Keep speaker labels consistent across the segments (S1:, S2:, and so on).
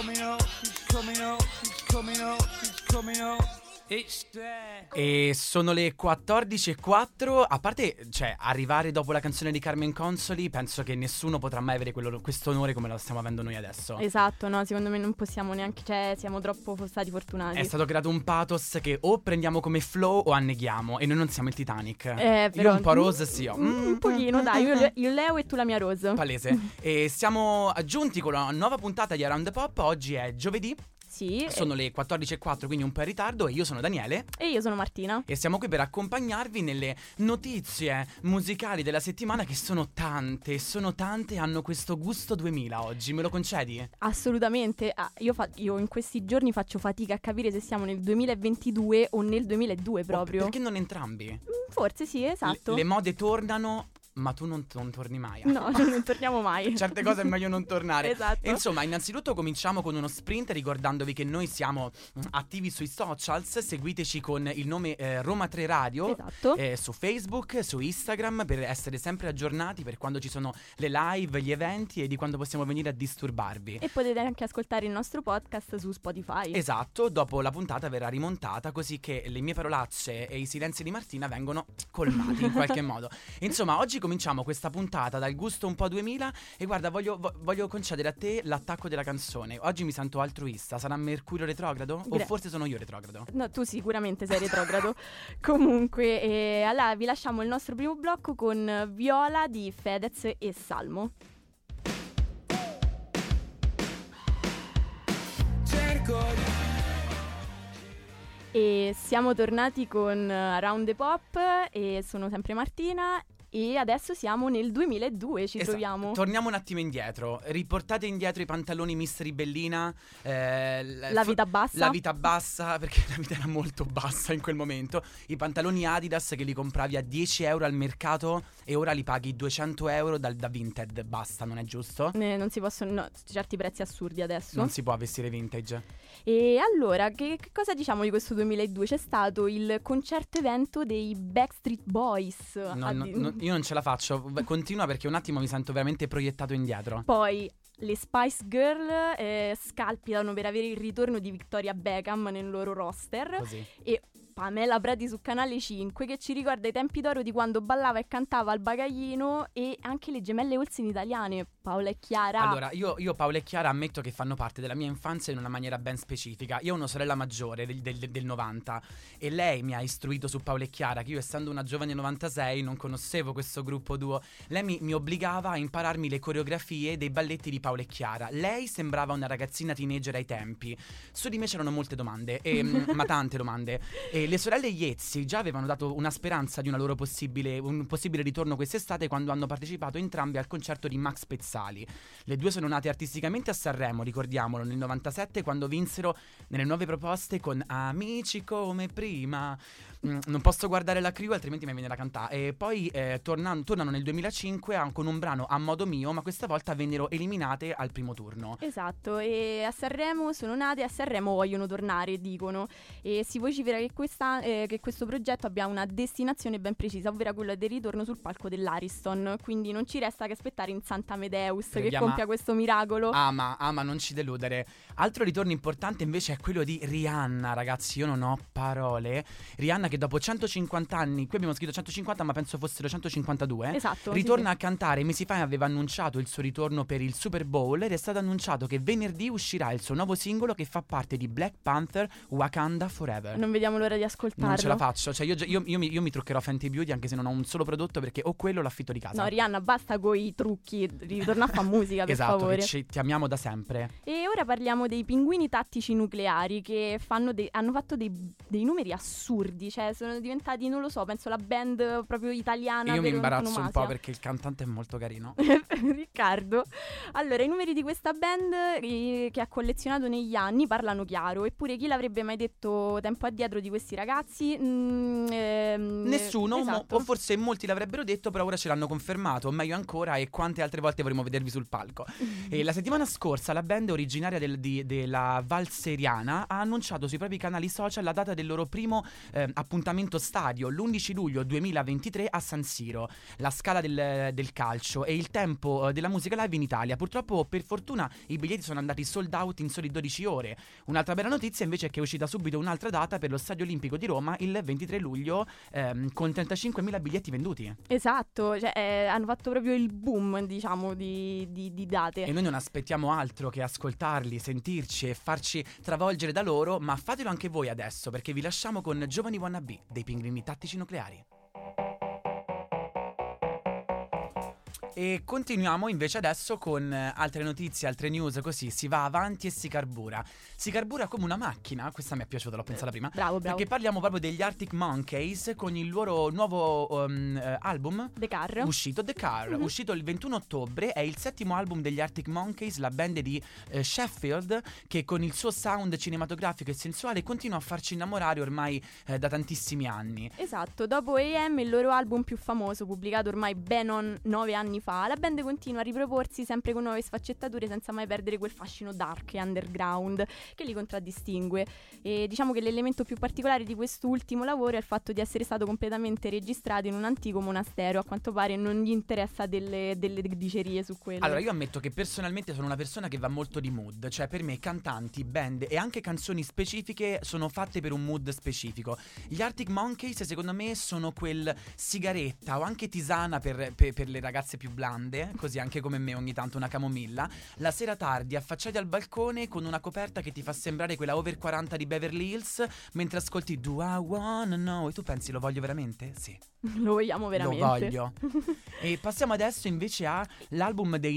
S1: E sono le 14:04. A parte, cioè, arrivare dopo la canzone di Carmen Consoli, penso che nessuno potrà mai avere questo onore come lo stiamo avendo noi adesso.
S2: Esatto, no, secondo me non possiamo neanche, cioè, siamo troppo stati fortunati.
S1: È stato creato un pathos che o prendiamo come flow o anneghiamo, e noi non siamo il Titanic.
S2: Però,
S1: io un po' Rose, sì.
S2: Un pochino, dai, io Leo e tu la mia Rose.
S1: Palese. E siamo aggiunti con una nuova puntata di Around the Pop. Oggi è giovedì.
S2: Sì.
S1: Sono le 14:04, quindi un po' in ritardo. E io sono Daniele.
S2: E io sono Martina.
S1: E siamo qui per accompagnarvi nelle notizie musicali della settimana, che sono tante, hanno questo gusto 2000 oggi. Me lo concedi?
S2: Assolutamente. Io in questi giorni faccio fatica a capire se siamo nel 2022 o nel 2002 proprio.
S1: Perché non entrambi?
S2: Forse sì, esatto.
S1: Le mode tornano, ma tu non torni mai.
S2: No, non torniamo mai.
S1: Certe cose è meglio non tornare.
S2: Esatto.
S1: E insomma, innanzitutto cominciamo con uno sprint, ricordandovi che noi siamo attivi sui socials. Seguiteci con il nome Roma 3 Radio.
S2: Esatto.
S1: Su Facebook, su Instagram, per essere sempre aggiornati per quando ci sono le live, gli eventi e di quando possiamo venire a disturbarvi.
S2: E potete anche ascoltare il nostro podcast su Spotify.
S1: Esatto, dopo la puntata verrà rimontata, così che le mie parolacce e i silenzi di Martina vengono colmati in qualche modo. Insomma, oggi cominciamo questa puntata dal gusto un po' 2000. E guarda, voglio concedere a te l'attacco della canzone. Oggi mi sento altruista. Sarà Mercurio retrogrado? O forse sono io retrogrado?
S2: No, tu sicuramente sei retrogrado. Comunque, allora vi lasciamo il nostro primo blocco con Viola di Fedez e Salmo. E siamo tornati con Around the Pop e sono sempre Martina. E adesso siamo nel 2002, ci troviamo.
S1: Torniamo un attimo indietro. Riportate indietro i pantaloni Miss Ribellina.
S2: La vita bassa.
S1: La vita bassa, perché la vita era molto bassa in quel momento. I pantaloni Adidas che li compravi a 10 euro al mercato e ora li paghi 200 euro da Vinted. Basta, non è giusto?
S2: Non si possono, no, certi prezzi assurdi adesso.
S1: Non si può vestire vintage.
S2: E allora, che cosa diciamo di questo 2002? C'è stato il concerto evento dei Backstreet Boys.
S1: Io non ce la faccio. Continua, perché un attimo mi sento veramente proiettato indietro.
S2: Poi le Spice Girl scalpitano per avere il ritorno di Victoria Beckham nel loro roster.
S1: Così.
S2: E Pamela Prati su Canale 5 che ci ricorda i tempi d'oro di quando ballava e cantava al bagaglino, e anche le gemelle Olsen italiane, Paola e Chiara.
S1: Allora, io Paola e Chiara ammetto che fanno parte della mia infanzia in una maniera ben specifica. Io ho una sorella maggiore del 90 e lei mi ha istruito su Paola e Chiara, che io, essendo una giovane 96, non conoscevo questo gruppo duo. Lei mi obbligava a impararmi le coreografie dei balletti di Paola e Chiara. Lei sembrava una ragazzina teenager ai tempi. Su di me c'erano molte domande, ma tante domande. E le sorelle Iezzi già avevano dato una speranza di un possibile ritorno quest'estate, quando hanno partecipato entrambi al concerto di Max Pezzali. Le due sono nate artisticamente a Sanremo, ricordiamolo, nel 97, quando vinsero nelle nuove proposte con Amici come prima. Non posso guardare la crew, altrimenti mi viene da cantare. E poi tornano nel 2005 con un brano A modo mio, ma questa volta vennero eliminate al primo turno.
S2: Esatto, e a Sanremo sono nate, a Sanremo vogliono tornare, dicono. E si vocifera che questo progetto abbia una destinazione ben precisa, ovvero quella del ritorno sul palco dell'Ariston. Quindi non ci resta che aspettare in Santa Medeus che compia questo miracolo.
S1: Ma non ci deludere. Altro ritorno importante invece è quello di Rihanna, ragazzi. Io non ho parole. Rihanna, che dopo 150 anni, qui abbiamo scritto 150 ma penso fossero 152,
S2: esatto,
S1: ritorna a cantare. Mesi fa aveva annunciato il suo ritorno per il Super Bowl ed è stato annunciato che venerdì uscirà il suo nuovo singolo, che fa parte di Black Panther, Wakanda Forever.
S2: Non vediamo l'ora di ascoltarlo.
S1: Non ce la faccio, cioè io mi truccherò Fenty Beauty anche se non ho un solo prodotto, perché o quello o l'affitto di casa.
S2: No, Rihanna, basta coi trucchi, ritorna a fare musica, per
S1: esatto,
S2: favore.
S1: Che ti amiamo da sempre.
S2: E ora parliamo dei Pinguini Tattici Nucleari, che hanno fatto dei numeri assurdi, cioè sono diventati, non lo so, penso la band proprio italiana.
S1: Io mi imbarazzo
S2: antonomasia.
S1: un po' perché il cantante è molto carino.
S2: Riccardo. Allora, i numeri di questa band che ha collezionato negli anni parlano chiaro, eppure chi l'avrebbe mai detto tempo addietro di questi questi ragazzi?
S1: Nessuno,
S2: esatto.
S1: o forse molti l'avrebbero detto, però ora ce l'hanno confermato, o meglio ancora, e quante altre volte vorremmo vedervi sul palco. E la settimana scorsa la band originaria della Val Seriana ha annunciato sui propri canali social la data del loro primo appuntamento stadio, l'11 luglio 2023 a San Siro, la scala del calcio e il tempo della musica live in Italia. Purtroppo, per fortuna, i biglietti sono andati sold out in soli 12 ore. Un'altra bella notizia invece è che è uscita subito un'altra data per lo Stadio Olimpico di Roma il 23 luglio con 35.000 biglietti venduti.
S2: Esatto, cioè, hanno fatto proprio il boom, diciamo, di date.
S1: E noi non aspettiamo altro che ascoltarli, sentirci e farci travolgere da loro, ma fatelo anche voi adesso, perché vi lasciamo con Giovani Wannabe dei Pinguini Tattici Nucleari. E continuiamo invece adesso con altre notizie, altre news, così si va avanti e si carbura. Si carbura come una macchina, questa mi è piaciuta, l'ho pensata prima.
S2: Bravo.
S1: Perché parliamo proprio degli Arctic Monkeys con il loro nuovo album
S2: The Car.
S1: uscito, The Car, uscito il 21 ottobre. È il 7° album degli Arctic Monkeys, la band di Sheffield, che con il suo sound cinematografico e sensuale continua a farci innamorare ormai da tantissimi anni.
S2: Esatto, dopo A.M., il loro album più famoso, pubblicato ormai ben 9 anni fa, la band continua a riproporsi sempre con nuove sfaccettature senza mai perdere quel fascino dark e underground che li contraddistingue. E diciamo che l'elemento più particolare di quest'ultimo lavoro è il fatto di essere stato completamente registrato in un antico monastero. A quanto pare non gli interessa delle dicerie su quello.
S1: Allora, io ammetto che personalmente sono una persona che va molto di mood. Cioè, per me cantanti, band e anche canzoni specifiche sono fatte per un mood specifico. Gli Arctic Monkeys secondo me sono quel sigaretta o anche tisana per le ragazze più blande, così anche come me ogni tanto una camomilla, la sera tardi affacciati al balcone con una coperta che ti fa sembrare quella over 40 di Beverly Hills mentre ascolti Do I Wanna Know. E tu pensi, lo voglio veramente? Sì.
S2: Lo vogliamo veramente.
S1: Lo voglio. E passiamo adesso invece all'album dei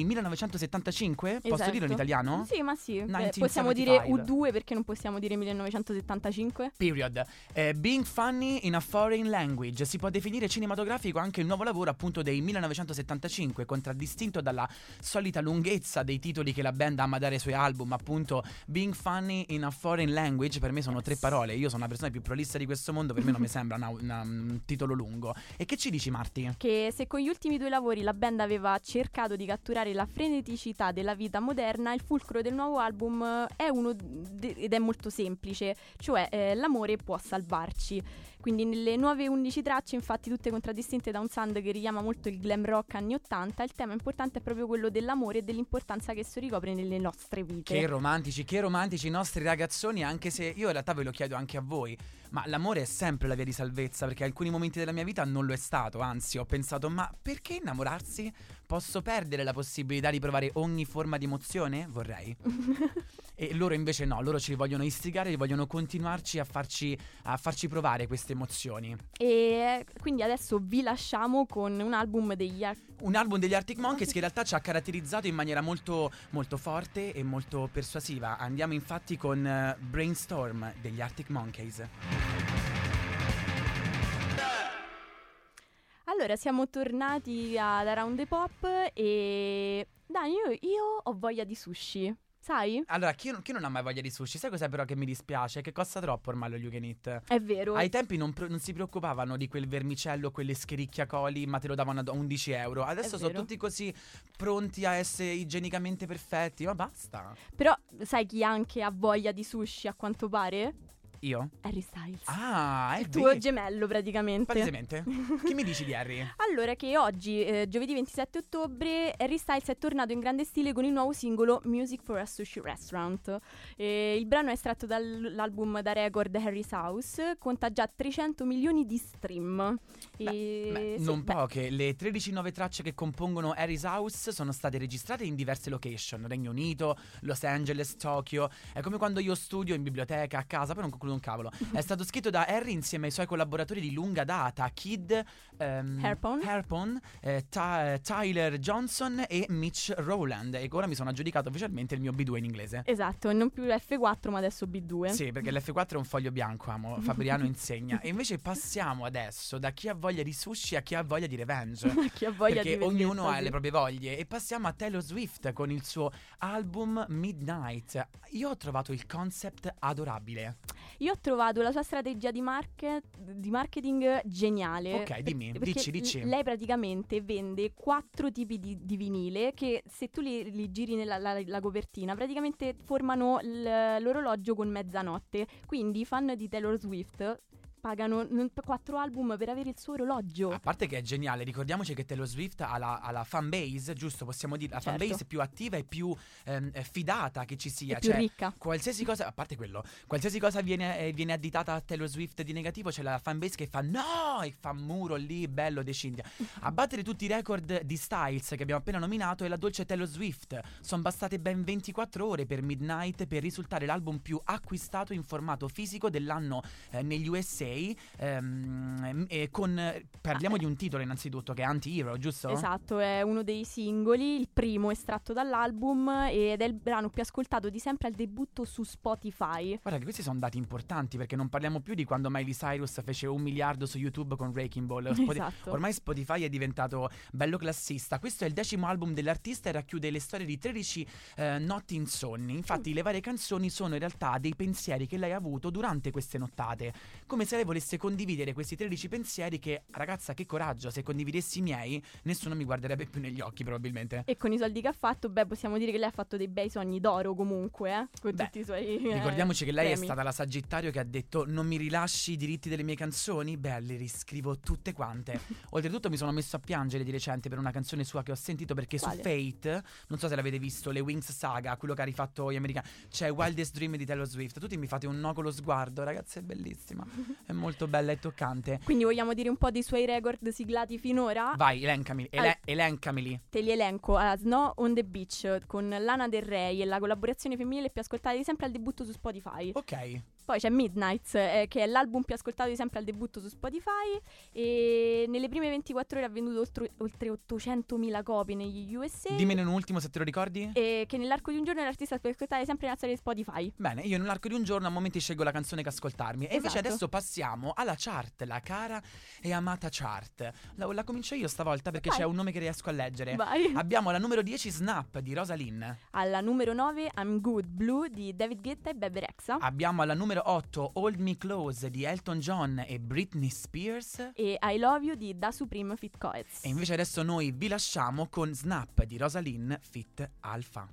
S1: 1975. Posso
S2: Esatto.
S1: dirlo in italiano?
S2: Sì, ma sì.
S1: 1975.
S2: Possiamo dire U2 perché non possiamo dire 1975?
S1: Period. Being Funny in a Foreign Language si può definire cinematografico anche il nuovo lavoro appunto dei 1975, contraddistinto dalla solita lunghezza dei titoli che la band ama dare ai suoi album. Appunto, Being Funny in a Foreign Language per me sono 3 parole. Io sono una persona più prolissa di questo mondo, per me non mi sembra un titolo lungo. E che ci dici, Marti?
S2: Che se con gli ultimi 2 lavori la band aveva cercato di catturare la freneticità della vita moderna, il fulcro del nuovo album è ed è molto semplice, cioè l'amore può salvarci. Quindi nelle nuove 11 tracce, infatti tutte contraddistinte da un sound che richiama molto il glam rock anni 80, il tema importante è proprio quello dell'amore e dell'importanza che esso ricopre nelle nostre vite.
S1: Che romantici i nostri ragazzoni, anche se io in realtà ve lo chiedo anche a voi. Ma l'amore è sempre la via di salvezza, perché alcuni momenti della mia vita non lo è stato. Anzi, ho pensato, ma perché innamorarsi? Posso perdere la possibilità di provare ogni forma di emozione? Vorrei. E loro invece no, loro ci vogliono istigare, vogliono continuarci a farci provare queste emozioni.
S2: E quindi adesso vi lasciamo con un album degli
S1: Arctic Monkeys che in realtà ci ha caratterizzato in maniera molto, molto forte e molto persuasiva. Andiamo infatti con Brainstorm degli Arctic Monkeys.
S2: Allora, siamo tornati ad Around the Pop e Dani, io ho voglia di sushi. Sai?
S1: Allora, chi non ha mai voglia di sushi? Sai cos'è però che mi dispiace? Che costa troppo ormai lo You Can Eat.
S2: È vero.
S1: Ai tempi non si preoccupavano di quel vermicello, quelle schericchiacoli, ma te lo davano a 11 euro. Adesso sono tutti così pronti a essere igienicamente perfetti, ma basta.
S2: Però sai chi anche ha voglia di sushi a quanto pare?
S1: Io?
S2: Harry Styles.
S1: Ah, è
S2: il tuo gemello praticamente.
S1: Palesemente. Che mi dici di Harry?
S2: Allora, che oggi, giovedì 27 ottobre, Harry Styles è tornato in grande stile con il nuovo singolo Music for a Sushi Restaurant. Il brano è estratto dall'album da record Harry's House, conta già 300 milioni di stream.
S1: Non poche. Le 13 nuove tracce che compongono Harry's House sono state registrate in diverse location: Regno Unito, Los Angeles, Tokyo. È come quando io studio in biblioteca, a casa, poi non concludo un cavolo. È stato scritto da Harry insieme ai suoi collaboratori di lunga data, Kid Harpon, Tyler Johnson e Mitch Rowland. E ora mi sono aggiudicato ufficialmente il mio B2 in inglese.
S2: Esatto, non più F4 ma adesso B2.
S1: Sì, perché l'F4 è un foglio bianco, amo. Fabriano insegna. E invece passiamo adesso da chi ha voglia di sushi a chi ha voglia di revenge.
S2: Chi ha voglia
S1: perché
S2: di
S1: ognuno ha le proprie voglie. E passiamo a Taylor Swift con il suo album Midnight. Io ho trovato il concept adorabile.
S2: Io ho trovato la sua strategia di marketing geniale.
S1: Ok, dimmi, dici.
S2: Lei praticamente vende 4 tipi di vinile che se tu li giri nella la copertina praticamente formano l'orologio con mezzanotte. Quindi i fan di Taylor Swift pagano 4 album per avere il suo orologio.
S1: A parte che è geniale, ricordiamoci che Taylor Swift ha la fan base, giusto? Possiamo dire la fan base più attiva e più fidata che ci sia.
S2: È più ricca.
S1: Qualsiasi cosa, a parte quello, qualsiasi cosa viene additata a Taylor Swift di negativo, c'è la fan base che fa no, e fa muro lì, bello De Cindia. A battere tutti i record di Styles che abbiamo appena nominato è la dolce Taylor Swift. Sono bastate ben 24 ore per Midnight per risultare l'album più acquistato in formato fisico dell'anno negli USA. Parliamo di un titolo innanzitutto che è Anti-Hero, giusto?
S2: Esatto, è uno dei singoli, il primo estratto dall'album ed è il brano più ascoltato di sempre al debutto su Spotify.
S1: Guarda che questi sono dati importanti perché non parliamo più di quando Miley Cyrus fece 1 miliardo su YouTube con Wrecking Ball.
S2: Esatto.
S1: Ormai Spotify è diventato bello classista. Questo è il 10° album dell'artista e racchiude le storie di 13 notti insonni. Infatti le varie canzoni sono in realtà dei pensieri che lei ha avuto durante queste nottate, come se lei volesse condividere questi 13 pensieri che, ragazza, che coraggio, se condividessi i miei nessuno mi guarderebbe più negli occhi probabilmente.
S2: E con i soldi che ha fatto, possiamo dire che lei ha fatto dei bei sogni d'oro comunque, con tutti i suoi
S1: ricordiamoci che lei
S2: premi.
S1: è stata la Sagittario che ha detto non mi rilasci i diritti delle mie canzoni, le riscrivo tutte quante. Oltretutto mi sono messo a piangere di recente per una canzone sua che ho sentito perché
S2: Quale?
S1: Su Fate, non so se l'avete visto, le Wings Saga, quello che ha rifatto gli americani, c'è Wildest Dream di Taylor Swift. Tutti mi fate un no con lo sguardo, ragazzi, è bellissima, è molto bella e toccante.
S2: Quindi vogliamo dire un po' dei suoi record siglati finora?
S1: Vai, elencameli.
S2: Te li elenco. Snow on the Beach con Lana Del Rey e la collaborazione femminile più ascoltata di sempre al debutto su Spotify.
S1: Ok.
S2: Poi c'è Midnights, che è l'album più ascoltato di sempre al debutto su Spotify e nelle prime 24 ore ha venduto oltre 800.000 copie negli USA.
S1: Dimmene un ultimo se te lo ricordi.
S2: E che nell'arco di un giorno è l'artista più ascoltato sempre nella storia di Spotify.
S1: Bene, io nell'arco di un giorno a momenti scelgo la canzone che ascoltarmi. E invece
S2: Esatto.
S1: adesso passiamo alla chart, la cara e amata chart. La comincio io stavolta perché
S2: Vai.
S1: c'è un nome che riesco a leggere.
S2: Vai.
S1: Abbiamo alla numero 10 Snap di Rosalind.
S2: Alla numero 9 I'm Good Blue di David Guetta e Bebe Rexha.
S1: Abbiamo alla numero 8 Hold Me Close di Elton John e Britney Spears.
S2: E I Love You di Da Supreme Fit Coez.
S1: E invece adesso noi vi lasciamo con Snap di Rosalind Fit Alpha.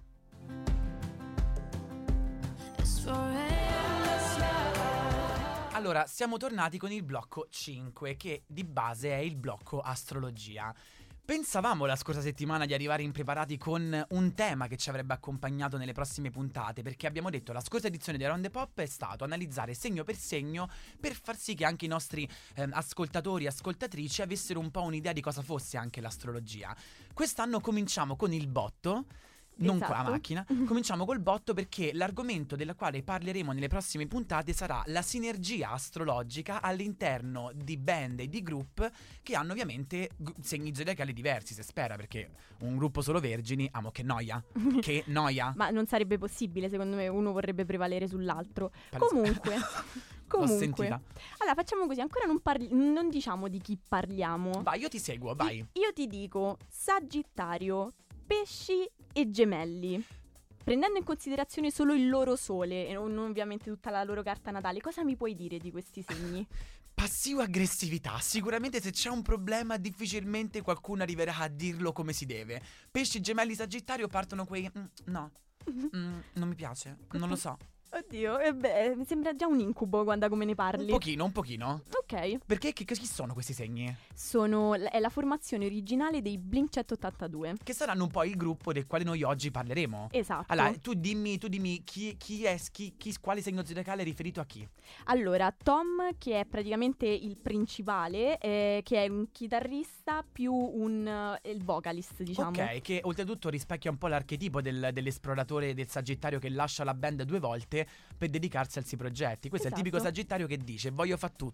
S1: Allora, siamo tornati con il blocco 5, che di base è il blocco astrologia. Pensavamo la scorsa settimana di arrivare impreparati con un tema che ci avrebbe accompagnato nelle prossime puntate, perché abbiamo detto la scorsa edizione di Around the Pop è stato analizzare segno per segno per far sì che anche i nostri ascoltatori e ascoltatrici avessero un po' un'idea di cosa fosse anche l'astrologia. Quest'anno cominciamo con il botto. Non
S2: Esatto.
S1: qua a macchina, cominciamo col botto perché l'argomento della quale parleremo nelle prossime puntate sarà la sinergia astrologica all'interno di band e di group che hanno ovviamente segni zodiacali diversi, se spera, perché un gruppo solo vergini, amo, che noia, che noia.
S2: Ma non sarebbe possibile, secondo me uno vorrebbe prevalere sull'altro.
S1: Comunque
S2: Comunque,
S1: L'ho sentita.
S2: Allora facciamo così, ancora non diciamo di chi parliamo.
S1: Vai, io ti seguo, vai.
S2: Io ti dico Sagittario, Pesci e Gemelli. Prendendo in considerazione solo il loro sole e non ovviamente tutta la loro carta natale, cosa mi puoi dire di questi segni?
S1: Passivo-aggressività. Sicuramente se c'è un problema difficilmente qualcuno arriverà a dirlo come si deve. Pesci, Gemelli, Sagittario partono quei no, non mi piace, non lo so.
S2: Oddio, mi sembra già un incubo quando come ne parli.
S1: Un pochino.
S2: Ok.
S1: Perché chi sono questi segni?
S2: È la formazione originale dei Blink 182.
S1: Che saranno un po' il gruppo del quale noi oggi parleremo.
S2: Esatto.
S1: Allora, tu dimmi quale segno zodiacale è riferito a chi?
S2: Allora, Tom, che è praticamente il principale, che è un chitarrista più il vocalist, diciamo.
S1: Ok, che oltretutto rispecchia un po' l'archetipo dell'esploratore del Sagittario che lascia la band 2 volte per dedicarsi a altri progetti. Questo è il
S2: Esatto.
S1: tipico Sagittario che dice voglio fare tutto,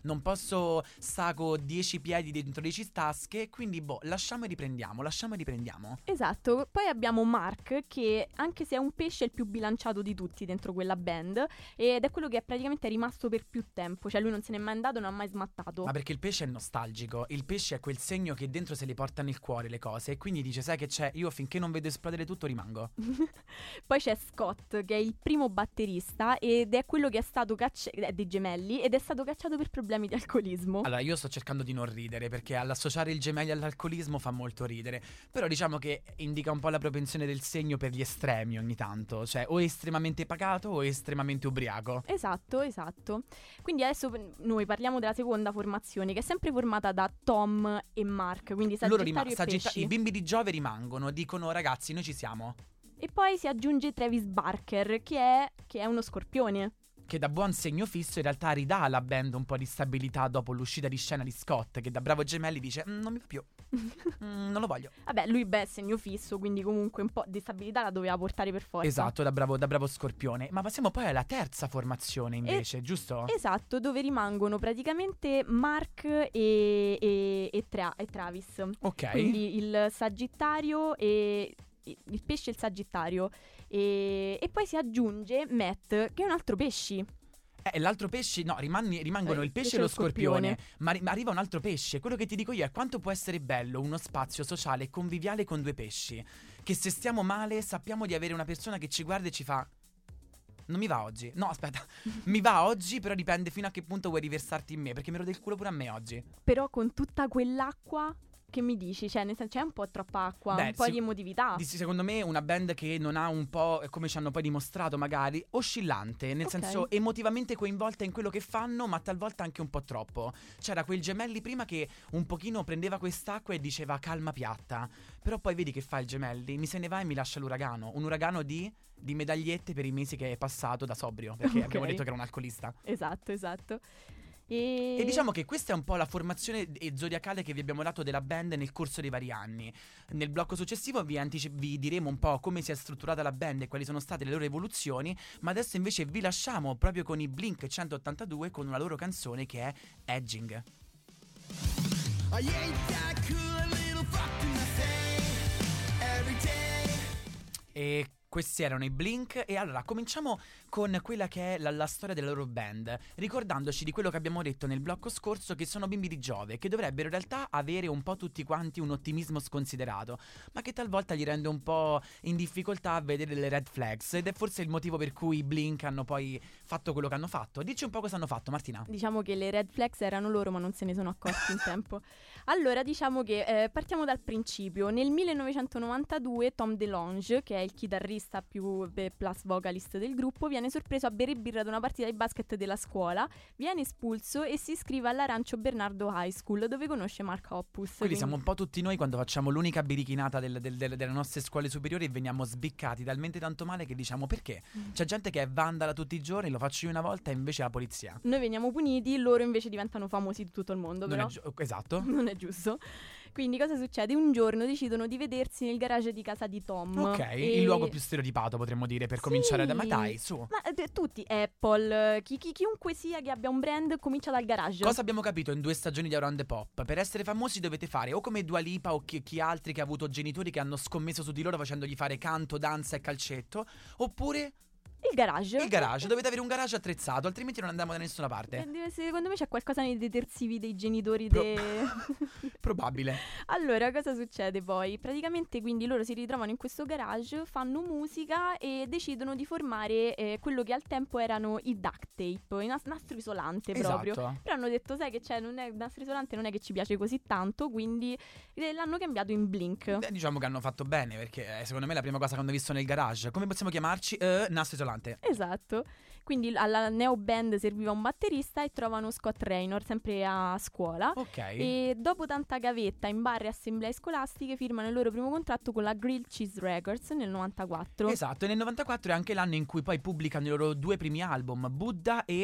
S1: non posso saco 10 piedi dentro 10 tasche, quindi lasciamo e riprendiamo.
S2: Esatto, poi abbiamo Mark che anche se è un pesce è il più bilanciato di tutti dentro quella band ed è quello che è praticamente rimasto per più tempo, cioè lui non se n'è mai andato, non ha mai smattato.
S1: Ma perché il pesce è nostalgico, il pesce è quel segno che dentro se le porta nel cuore le cose e quindi dice sai che c'è, io finché non vedo esplodere tutto rimango.
S2: Poi c'è Scott che è il primo batterista ed è quello che è stato è dei gemelli ed è stato cacciato per problemi di alcolismo.
S1: Allora io sto cercando di non ridere perché all'associare il gemelli all'alcolismo fa molto ridere, però diciamo che indica un po' la propensione del segno per gli estremi ogni tanto, cioè o estremamente pagato o estremamente ubriaco.
S2: Esatto. Quindi adesso noi parliamo della seconda formazione che è sempre formata da Tom e Mark, quindi Sagittario e Pesci.
S1: I bimbi di Giove rimangono, dicono ragazzi noi ci siamo.
S2: E poi si aggiunge Travis Barker che è uno scorpione.
S1: Che da buon segno fisso in realtà ridà alla band un po' di stabilità dopo l'uscita di scena di Scott, che da bravo gemelli dice non mi va più, non lo voglio.
S2: Vabbè, lui è segno fisso, quindi comunque un po' di stabilità la doveva portare per forza.
S1: Esatto, da bravo scorpione. Ma passiamo poi alla terza formazione invece, giusto?
S2: Esatto, dove rimangono praticamente Mark e Travis.
S1: Ok.
S2: Quindi il Sagittario e il pesce e il Sagittario. E poi si aggiunge Matt, che è un altro pesci.
S1: L'altro pesce, no, rimangono il pesce e lo scorpione. Ma arriva un altro pesce. Quello che ti dico io è quanto può essere bello uno spazio sociale e conviviale con due pesci. Che se stiamo male sappiamo di avere una persona che ci guarda e ci fa non mi va oggi. No, aspetta, mi va oggi, però dipende fino a che punto vuoi riversarti in me, perché mi rode il culo pure a me oggi.
S2: Però con tutta quell'acqua... Che mi dici? Cioè, nel senso, c'è un po' troppa acqua, un po' di emotività.
S1: Secondo me una band che non ha un po', come ci hanno poi dimostrato magari, oscillante, nel senso emotivamente coinvolta in quello che fanno, ma talvolta anche un po' troppo. C'era quel gemelli prima che un pochino prendeva quest'acqua e diceva calma piatta, però poi vedi che fa il gemelli, mi se ne va e mi lascia l'uragano. Un uragano di medagliette per i mesi che è passato da sobrio, perché abbiamo detto che era un alcolista.
S2: Esatto.
S1: E diciamo che questa è un po' la formazione zodiacale che vi abbiamo dato della band nel corso dei vari anni. Nel blocco successivo vi diremo un po' come si è strutturata la band e quali sono state le loro evoluzioni, ma adesso invece vi lasciamo proprio con i Blink 182 con una loro canzone che è Edging. E questi erano i Blink e allora cominciamo con quella che è la storia della loro band, ricordandoci di quello che abbiamo detto nel blocco scorso, che sono bimbi di Giove, che dovrebbero in realtà avere un po' tutti quanti un ottimismo sconsiderato, ma che talvolta li rende un po' in difficoltà a vedere le red flags, ed è forse il motivo per cui i Blink hanno poi fatto quello che hanno fatto. Dici un po' cosa hanno fatto, Martina.
S2: Diciamo che le red flags erano loro, ma non se ne sono accorti in tempo. Allora, diciamo che partiamo dal principio. Nel 1992 Tom DeLonge, che è il chitarrista più plus vocalist del gruppo, viene sorpreso a bere birra ad una partita di basket della scuola, viene espulso e si iscrive all'Arancio Bernardo High School, dove conosce Mark Hoppus.
S1: Quindi siamo un po' tutti noi quando facciamo l'unica birichinata delle nostre scuole superiori e veniamo sbiccati talmente tanto male che diciamo perché? C'è gente che è vandala tutti i giorni, lo faccio io una volta e invece la polizia.
S2: Noi veniamo puniti, loro invece diventano famosi di tutto il mondo, però
S1: esatto.
S2: Non è giusto. Quindi cosa succede? Un giorno decidono di vedersi nel garage di casa di Tom.
S1: Ok, il luogo più stereotipato potremmo dire per cominciare ma dai, su.
S2: Ma tutti, Apple, chiunque sia che abbia un brand comincia dal garage.
S1: Cosa abbiamo capito in 2 stagioni di Around the Pop? Per essere famosi dovete fare o come Dua Lipa o chi altri che ha avuto genitori che hanno scommesso su di loro facendogli fare canto, danza e calcetto, oppure...
S2: Il garage.
S1: Dovete avere un garage attrezzato, altrimenti non andiamo da nessuna parte.
S2: Secondo me c'è qualcosa nei detersivi dei genitori
S1: Probabile.
S2: Allora, cosa succede poi? Praticamente quindi loro si ritrovano in questo garage, fanno musica e decidono di formare quello che al tempo erano i duct tape, il nastro isolante proprio.
S1: Esatto.
S2: Però hanno detto, sai che c'è, il nastro isolante non è che ci piace così tanto, quindi l'hanno cambiato in Blink.
S1: Diciamo che hanno fatto bene, perché secondo me è la prima cosa che hanno visto nel garage. Come possiamo chiamarci? Nastro isolante.
S2: Esatto. Quindi alla neo band serviva un batterista e trovano Scott Raynor sempre a scuola.
S1: Ok.
S2: E dopo tanta gavetta in bar e assemblee scolastiche firmano il loro primo contratto con la Grilled Cheese Records nel 94.
S1: Esatto, e nel 94 è anche l'anno in cui poi pubblicano i loro 2 primi album, Buddha e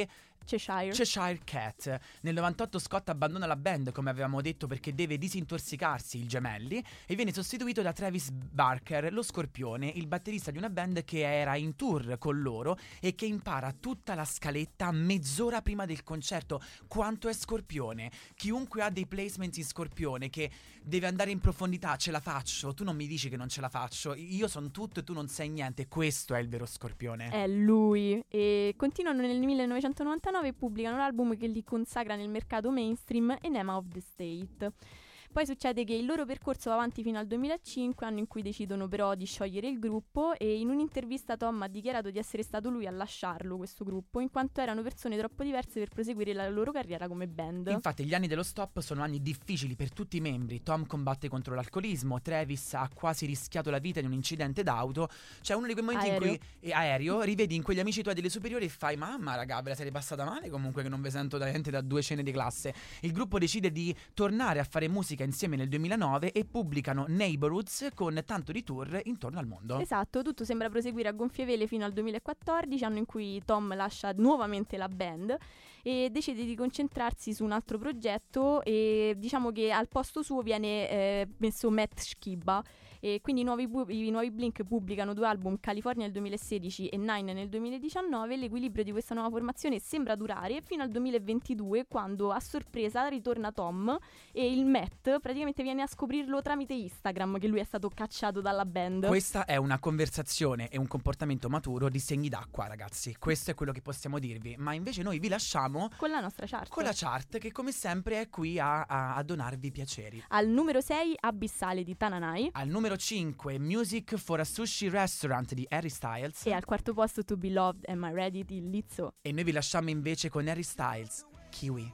S1: Cheshire Cat. Nel 98 Scott abbandona la band, come avevamo detto, perché deve disintossicarsi, il gemelli, e viene sostituito da Travis Barker, lo Scorpione, il batterista di una band che era in tour con loro e che impara tutta la scaletta mezz'ora prima del concerto. Quanto è Scorpione? Chiunque ha dei placements in Scorpione, che deve andare in profondità, ce la faccio, tu non mi dici che non ce la faccio, io sono tutto e tu non sei niente. Questo è il vero Scorpione.
S2: È lui. E continuano nel 1999 e pubblicano l'album che li consacra nel mercato mainstream, Enema of the State. Poi succede che il loro percorso va avanti fino al 2005, anno in cui decidono però di sciogliere il gruppo, e in un'intervista Tom ha dichiarato di essere stato lui a lasciarlo, questo gruppo, in quanto erano persone troppo diverse per proseguire la loro carriera come band.
S1: Infatti gli anni dello stop sono anni difficili per tutti i membri. Tom combatte contro l'alcolismo, Travis ha quasi rischiato la vita in un incidente d'auto. C'è uno di quei momenti in cui aereo rivedi in quegli amici tuoi delle superiori e fai: mamma raga, ve la siete passata male comunque, che non vi sento da gente da 2 cene di classe. Il gruppo decide di tornare a fare musica insieme nel 2009 e pubblicano Neighborhoods con tanto di tour intorno al mondo.
S2: Esatto, tutto sembra proseguire a gonfie vele fino al 2014, anno in cui Tom lascia nuovamente la band e decide di concentrarsi su un altro progetto, e diciamo che al posto suo viene messo Matt Skiba. E quindi i nuovi Blink pubblicano 2 album, California nel 2016 e Nine nel 2019. L'equilibrio di questa nuova formazione sembra durare fino al 2022, quando a sorpresa ritorna Tom e il Matt praticamente viene a scoprirlo tramite Instagram, che lui è stato cacciato dalla band.
S1: Questa è una conversazione e un comportamento maturo di segni d'acqua, ragazzi. Questo è quello che possiamo dirvi. Ma invece noi vi lasciamo
S2: con la nostra chart.
S1: Con la chart che come sempre è qui a donarvi piaceri.
S2: Al numero 6 Abissale di Tananai.
S1: Al numero 5 Music for a Sushi Restaurant di Harry Styles.
S2: E al quarto posto To Be Loved Am I Ready di Lizzo.
S1: E noi vi lasciamo invece con Harry Styles, Kiwi.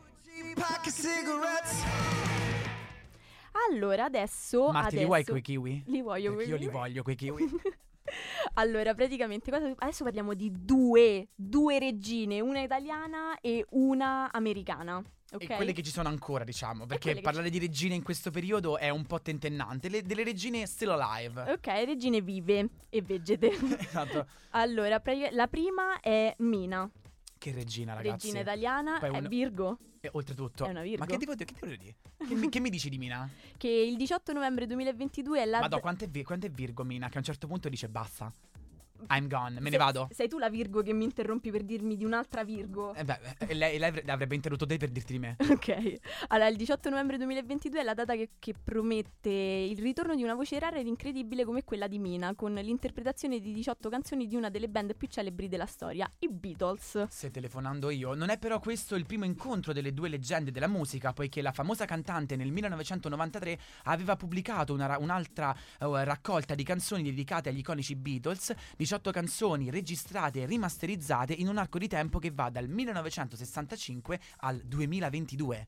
S2: Allora adesso
S1: Marti, li vuoi quei kiwi?
S2: Li voglio quei
S1: kiwi. Io li voglio quei kiwi.
S2: Allora praticamente adesso parliamo di due regine, una italiana e una americana. Okay.
S1: E quelle che ci sono ancora, diciamo, perché parlare di regine in questo periodo è un po' tentennante. Delle regine still alive.
S2: Ok, regine vive e vegete.
S1: Esatto.
S2: Allora, la prima è Mina.
S1: Che regina, ragazzi.
S2: Regina italiana, è Virgo.
S1: E oltretutto,
S2: è una Virgo.
S1: Ma che devo dire? Che mi dici di Mina?
S2: Che il 18 novembre 2022 è la...
S1: Madò, quanto è Virgo Mina? Che a un certo punto dice basta. I'm gone, me ne vado.
S2: Sei tu la Virgo che mi interrompi per dirmi di un'altra Virgo?
S1: Lei avrebbe interrotto te per dirti di me.
S2: Ok. Allora, il 18 novembre 2022 è la data che promette il ritorno di una voce rara ed incredibile come quella di Mina, con l'interpretazione di 18 canzoni di una delle band più celebri della storia, i Beatles.
S1: Stai telefonando io. Non è però questo il primo incontro delle due leggende della musica, poiché la famosa cantante nel 1993 aveva pubblicato un'altra raccolta di canzoni dedicate agli iconici Beatles, 18 canzoni registrate e rimasterizzate in un arco di tempo che va dal 1965 al 2022.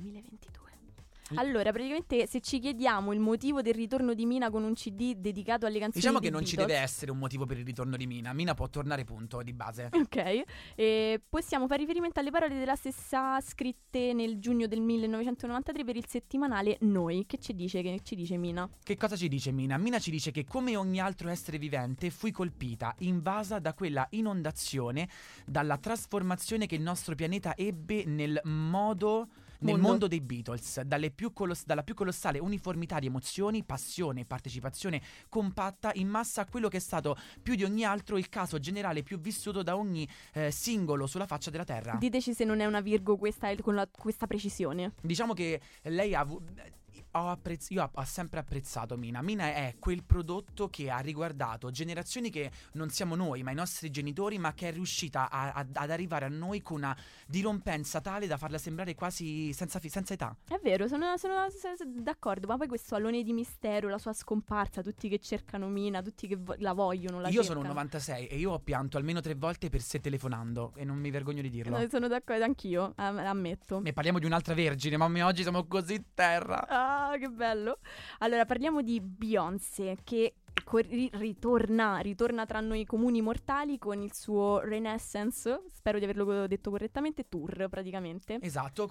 S2: Allora, praticamente se ci chiediamo il motivo del ritorno di Mina con un CD dedicato alle canzoni
S1: diciamo che non
S2: Beatles,
S1: ci deve essere un motivo per il ritorno di Mina. Mina può tornare, punto, di base.
S2: Ok, possiamo fare riferimento alle parole della stessa scritte nel giugno del 1993 per il settimanale Noi. Che ci dice Mina?
S1: Che cosa ci dice Mina? Mina ci dice che come ogni altro essere vivente fui colpita, invasa da quella inondazione, dalla trasformazione che il nostro pianeta ebbe nel mondo dei Beatles, dalla più colossale uniformità di emozioni, passione, partecipazione compatta in massa a quello che è stato più di ogni altro il caso generale più vissuto da ogni singolo sulla faccia della Terra.
S2: Diteci se non è una Virgo questa con questa precisione.
S1: Diciamo che lei io ho sempre apprezzato Mina. Mina è quel prodotto che ha riguardato generazioni che non siamo noi, ma i nostri genitori, ma che è riuscita ad arrivare a noi con una dirompenza tale da farla sembrare quasi senza età.
S2: È vero, sono d'accordo, ma poi questo alone di mistero, la sua scomparsa, tutti che cercano Mina, tutti che la vogliono,
S1: Io sono un 96 e io ho pianto almeno 3 volte per Se telefonando, e non mi vergogno di dirlo.
S2: Sono d'accordo anch'io, ammetto.
S1: E parliamo di un'altra vergine, mamma mia, oggi siamo così terra.
S2: Ah, che bello. Allora, parliamo di Beyoncé, che ritorna tra noi comuni mortali con il suo Renaissance, spero di averlo detto correttamente, tour praticamente.
S1: Esatto,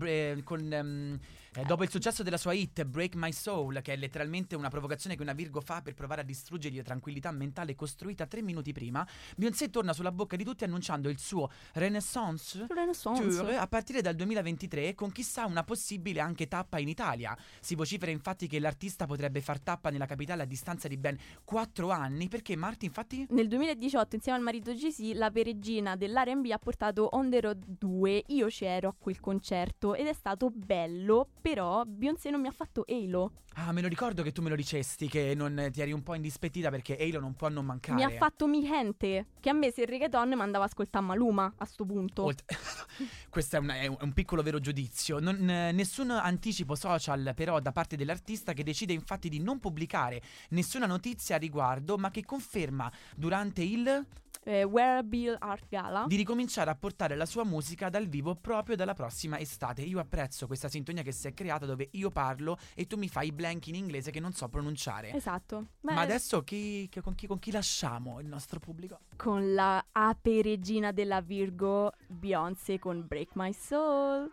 S1: dopo il successo della sua hit Break My Soul, che è letteralmente una provocazione che una Virgo fa per provare a distruggergli la tranquillità mentale costruita 3 minuti prima, Beyoncé torna sulla bocca di tutti annunciando il suo Renaissance Tour a partire dal 2023, con chissà una possibile anche tappa in Italia. Si vocifera infatti che l'artista potrebbe far tappa nella capitale a distanza di ben 4 anni, perché Marti infatti
S2: nel 2018 insieme al marito Jay-Z la peregina dell'R&B ha portato On The Road 2. Io c'ero a quel concerto ed è stato bello, però Beyoncé non mi ha fatto Halo.
S1: Ah, me lo ricordo che tu me lo dicesti, che non ti eri un po' indispettita perché Halo non può non mancare.
S2: Mi ha fatto Mi Gente, che a me se il reggaeton mi andava a ascoltare Maluma a sto punto.
S1: Questo è un piccolo vero giudizio. Nessun anticipo social però da parte dell'artista, che decide infatti di non pubblicare nessuna notizia a riguardo, ma che conferma durante il
S2: Wearable Art Gala
S1: di ricominciare a portare la sua musica dal vivo proprio dalla prossima estate. Io apprezzo questa sintonia che si è creata, dove io parlo e tu mi fai i blank in inglese che non so pronunciare.
S2: Esatto.
S1: Ma adesso con chi lasciamo il nostro pubblico?
S2: Con la ape regina della Virgo, Beyoncé con Break My Soul.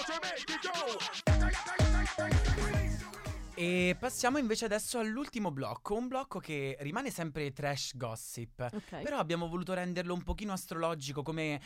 S1: E passiamo invece adesso all'ultimo blocco, un blocco che rimane sempre trash gossip,
S2: Okay.
S1: però abbiamo voluto renderlo un pochino astrologico, come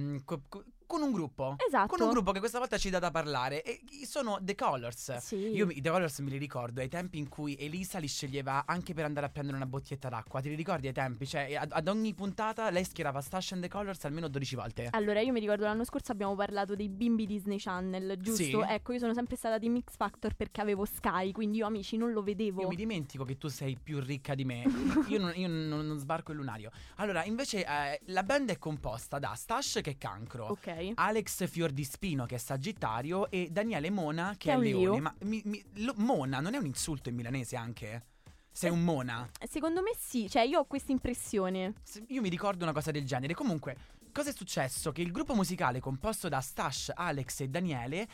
S1: con un gruppo.
S2: Esatto.
S1: Con un gruppo che questa volta ci dà da parlare, e sono The Colors.
S2: Sì.
S1: Io i The Colors me li ricordo ai tempi in cui Elisa li sceglieva anche per andare a prendere una bottiglietta d'acqua. Ti ricordi ai tempi? Cioè ad ogni puntata lei schierava Stash and The Colors almeno 12 volte.
S2: Allora, io mi ricordo l'anno scorso abbiamo parlato dei bimbi Disney Channel, giusto?
S1: Sì.
S2: Ecco, io sono sempre stata di Mix Factor perché avevo Sky, quindi io amici non lo vedevo.
S1: Io mi dimentico che tu sei più ricca di me. Io non sbarco il lunario. Allora, invece la band è composta da Stash, che è Cancro,
S2: Ok.
S1: Alex Fiordispino, che è Sagittario, e Daniele Mona, che
S2: Che
S1: è
S2: è un
S1: Leone.
S2: Leo.
S1: Ma Mona non è un insulto in milanese anche? Sei un Mona?
S2: Secondo me sì, cioè io ho questa impressione.
S1: Io mi ricordo una cosa del genere. Comunque, cosa è successo? Che il gruppo musicale composto da Stash, Alex e Daniele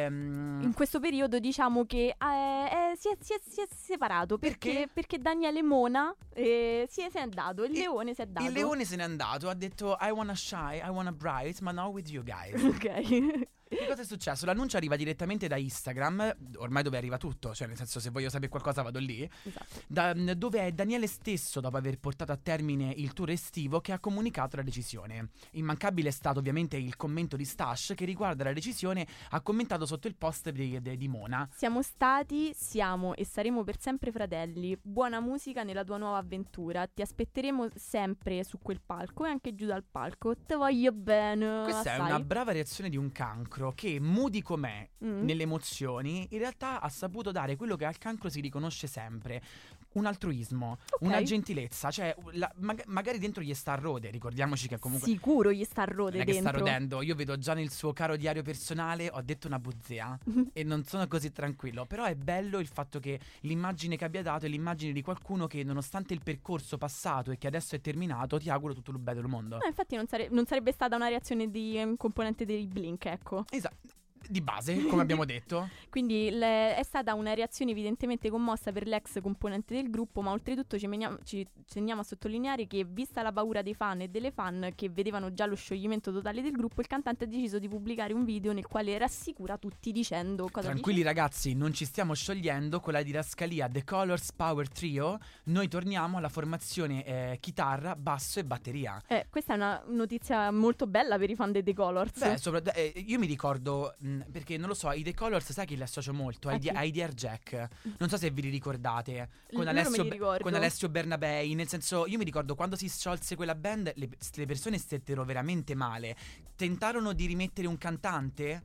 S2: In questo periodo diciamo che si è separato
S1: Perché?
S2: perché Daniele Mona si è andato, il leone si è dato.
S1: il Leone se n'è andato, ha detto I wanna shy, I wanna bright, ma now with you guys.
S2: Ok.
S1: Che cosa è successo? L'annuncio arriva direttamente da Instagram, ormai dove arriva tutto, cioè nel senso, se voglio sapere qualcosa vado lì,
S2: Esatto.
S1: dove è Daniele stesso, dopo aver portato a termine il tour estivo, che ha comunicato la decisione. Immancabile è stato ovviamente il commento di Stash, che riguarda la decisione ha commentato sotto il post di Mona.
S2: Siamo stati, siamo e saremo per sempre fratelli. Buona musica nella tua nuova avventura. Ti aspetteremo sempre su quel palco e anche giù dal palco. Te voglio bene.
S1: Questa è
S2: assai.
S1: una brava reazione di un cancro che, moody com'è
S2: Mm.
S1: nelle emozioni, in realtà ha saputo dare quello che al cancro si riconosce sempre: un altruismo,
S2: Ok.
S1: una gentilezza. Cioè magari dentro gli sta a rode, ricordiamoci che comunque
S2: Sicuro gli sta a rode
S1: non è che sta
S2: dentro.
S1: rodendo. Io vedo già nel suo caro diario personale, ho detto una buzzea e non sono così tranquillo. Però è bello il fatto che l'immagine che abbia dato è l'immagine di qualcuno che, nonostante il percorso passato e che adesso è terminato, ti auguro tutto il bello del mondo.
S2: No, infatti non sarebbe stata una reazione di un componente dei Blink, ecco.
S1: Esatto, di base, come abbiamo detto.
S2: Quindi è stata una reazione evidentemente commossa per l'ex componente del gruppo, ma oltretutto ci teniamo a sottolineare che, vista la paura dei fan e delle fan che vedevano già lo scioglimento totale del gruppo, il cantante ha deciso di pubblicare un video nel quale rassicura tutti dicendo cosa
S1: Tranquilli
S2: dice?
S1: ragazzi, non ci stiamo sciogliendo. Con la didascalia The Colors Power Trio noi torniamo alla formazione chitarra, basso e batteria.
S2: Questa è una notizia molto bella per i fan dei The Colors.
S1: Beh, io mi ricordo, perché non lo so, i The Colors, sai chi li associo molto?
S2: A chi?
S1: Ai DR Jack. Non so se vi li ricordate. Con
S2: Loro me li ricordo.
S1: con Alessio Bernabei. Nel senso, io mi ricordo quando si sciolse quella band, le persone stettero veramente male. Tentarono di rimettere un cantante.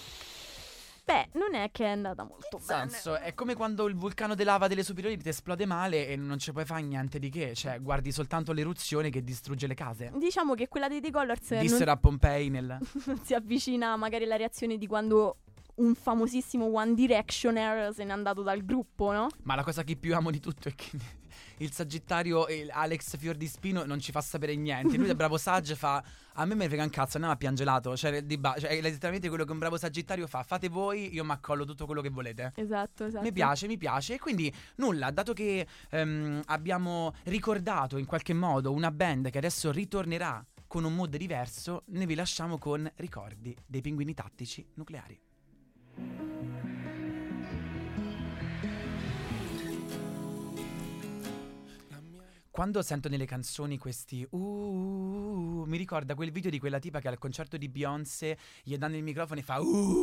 S2: Beh, non è che è andata molto
S1: Nel
S2: bene.
S1: senso, è come quando il vulcano di lava delle superiori ti esplode male e non ci puoi fare niente di che. Cioè, guardi soltanto l'eruzione che distrugge le case.
S2: Diciamo che quella dei The Colors
S1: Dissero a Pompei nel...
S2: non si avvicina magari alla reazione di quando un famosissimo One Directioner se n'è andato dal gruppo, no?
S1: Ma la cosa che più amo di tutto è che il Sagittario, Alex Fiordispino, non ci fa sapere niente. Lui da bravo Sag fa: a me me frega un cazzo, andiamo a piangelato. Cioè, è letteralmente quello che un bravo Sagittario fa: fate voi, io mi accollo tutto quello che volete.
S2: Esatto.
S1: Mi piace. E quindi nulla, dato che abbiamo ricordato in qualche modo una band che adesso ritornerà con un mood diverso, ne vi lasciamo con Ricordi dei Pinguini Tattici Nucleari. Quando sento nelle canzoni questi mi ricorda quel video di quella tipa che al concerto di Beyoncé gli danno il microfono e fa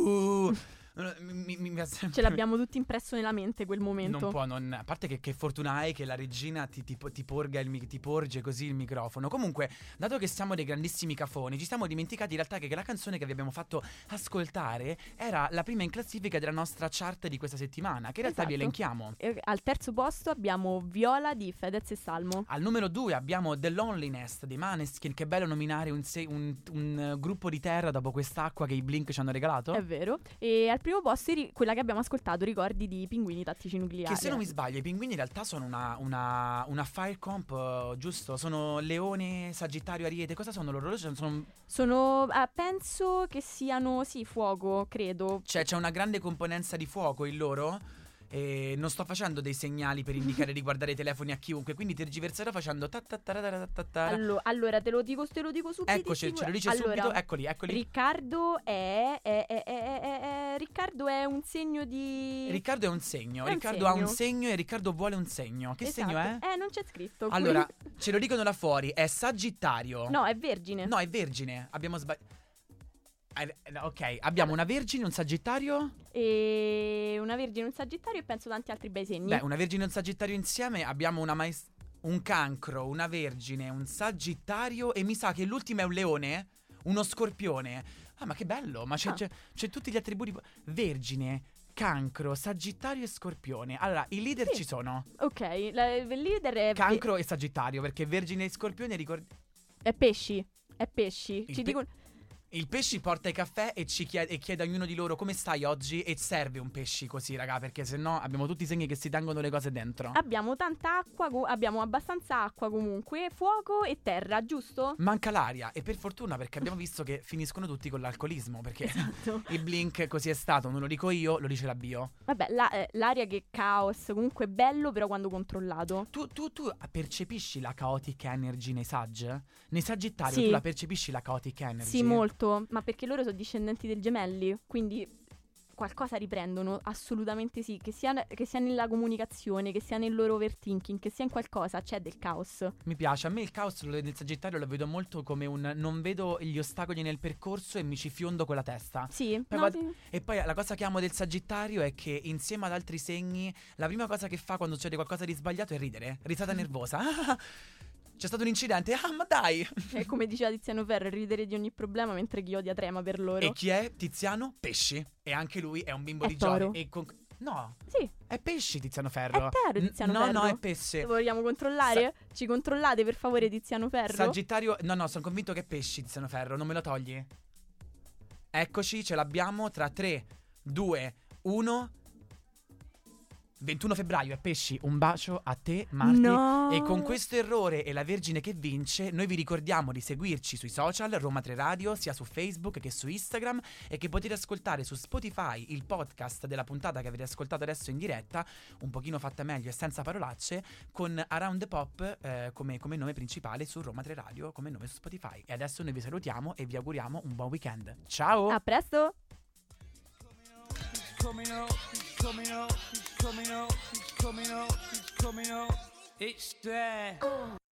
S2: Ce l'abbiamo tutti impresso nella mente quel momento.
S1: Non può a parte che fortuna hai che la regina ti porge così il microfono. Comunque, dato che siamo dei grandissimi cafoni, ci siamo dimenticati in realtà che la canzone che vi abbiamo fatto ascoltare era la prima in classifica della nostra chart di questa settimana, che in realtà vi elenchiamo.
S2: Al terzo posto abbiamo Viola di Fedez e Salmo.
S1: Al numero 2 abbiamo The Loneliness dei Maneskin. Che bello nominare un gruppo di terra dopo quest'acqua che i Blink ci hanno regalato.
S2: È vero. E al primo posto quella che abbiamo ascoltato, Ricordi di Pinguini Tattici Nucleari.
S1: Che se non mi sbaglio i pinguini in realtà sono una fire comp, giusto? Sono Leone, Sagittario, Ariete. Cosa sono loro?
S2: Sono penso che siano, sì, fuoco, credo.
S1: Cioè c'è una grande componenza di fuoco in loro. E non sto facendo dei segnali per indicare di guardare i telefoni a chiunque, quindi tergiverserò facendo
S2: allora te lo dico subito.
S1: Eccoci, ce lo dice subito. Eccoli.
S2: Riccardo è un segno di...
S1: Riccardo è un segno. Riccardo ha un segno e Riccardo vuole un segno. Che segno è?
S2: Non c'è scritto.
S1: Allora, ce lo dicono da fuori. È Sagittario.
S2: No, è Vergine.
S1: No, è Vergine. Abbiamo sbagliato. Ok, abbiamo una Vergine, un Sagittario.
S2: E una Vergine, un Sagittario e penso tanti altri bei segni.
S1: Beh, una Vergine e un Sagittario insieme. Abbiamo un Cancro, una Vergine, un Sagittario. E mi sa che l'ultimo è un Leone, uno Scorpione. Ah, ma che bello. Ma c'è tutti gli attributi. Vergine, Cancro, Sagittario e Scorpione. Allora, i leader ci sono.
S2: Ok, il leader è
S1: Cancro e Sagittario, perché Vergine e Scorpione
S2: È pesci. Ci dicono...
S1: Il pesci porta i caffè e chiede a ognuno di loro come stai oggi, e serve un pesci così, raga, perché sennò abbiamo tutti i segni che si tengono le cose dentro.
S2: Abbiamo tanta acqua, abbiamo abbastanza acqua comunque, fuoco e terra, giusto?
S1: Manca l'aria, e per fortuna, perché abbiamo visto che finiscono tutti con l'alcolismo, perché i Blink così è stato, non lo dico io, lo dice la bio.
S2: Vabbè, l'aria che è caos, comunque è bello però quando controllato.
S1: Tu percepisci la chaotic energy nei Sag? Nei Sagittario
S2: sì.
S1: Tu la percepisci la chaotic energy?
S2: Sì, molto, ma perché loro sono discendenti del Gemelli, quindi qualcosa riprendono, assolutamente sì, che sia nella comunicazione, che sia nel loro overthinking, che sia in qualcosa, c'è del caos.
S1: Mi piace, a me il caos nel Sagittario lo vedo molto come non vedo gli ostacoli nel percorso e mi ci fiondo con la testa.
S2: Sì,
S1: sì. E poi la cosa che amo del Sagittario è che insieme ad altri segni la prima cosa che fa quando succede qualcosa di sbagliato è ridere, risata nervosa. C'è stato un incidente, ma dai!
S2: È come diceva Tiziano Ferro, ridere di ogni problema mentre chi odia trema per loro.
S1: E chi è Tiziano? Pesci. E anche lui è un bimbo di
S2: Toro.
S1: Giove. No,
S2: sì,
S1: è pesci Tiziano Ferro.
S2: È Toro Tiziano Ferro.
S1: No, è pesce.
S2: Vogliamo controllare? Ci controllate per favore Tiziano Ferro?
S1: Sagittario, no, sono convinto che è pesci Tiziano Ferro, non me lo togli? Eccoci, ce l'abbiamo tra 3, 2, 1... 21 febbraio è pesci, un bacio a te Marti.
S2: No.
S1: E con questo errore e la Vergine che vince, noi vi ricordiamo di seguirci sui social Roma 3 Radio, sia su Facebook che su Instagram, e che potete ascoltare su Spotify il podcast della puntata che avete ascoltato adesso in diretta, un pochino fatta meglio e senza parolacce, con Around the Pop come nome principale su Roma 3 Radio, come nome su Spotify. E adesso noi vi salutiamo e vi auguriamo un buon weekend. Ciao!
S2: A presto!
S3: Coming up, it's there.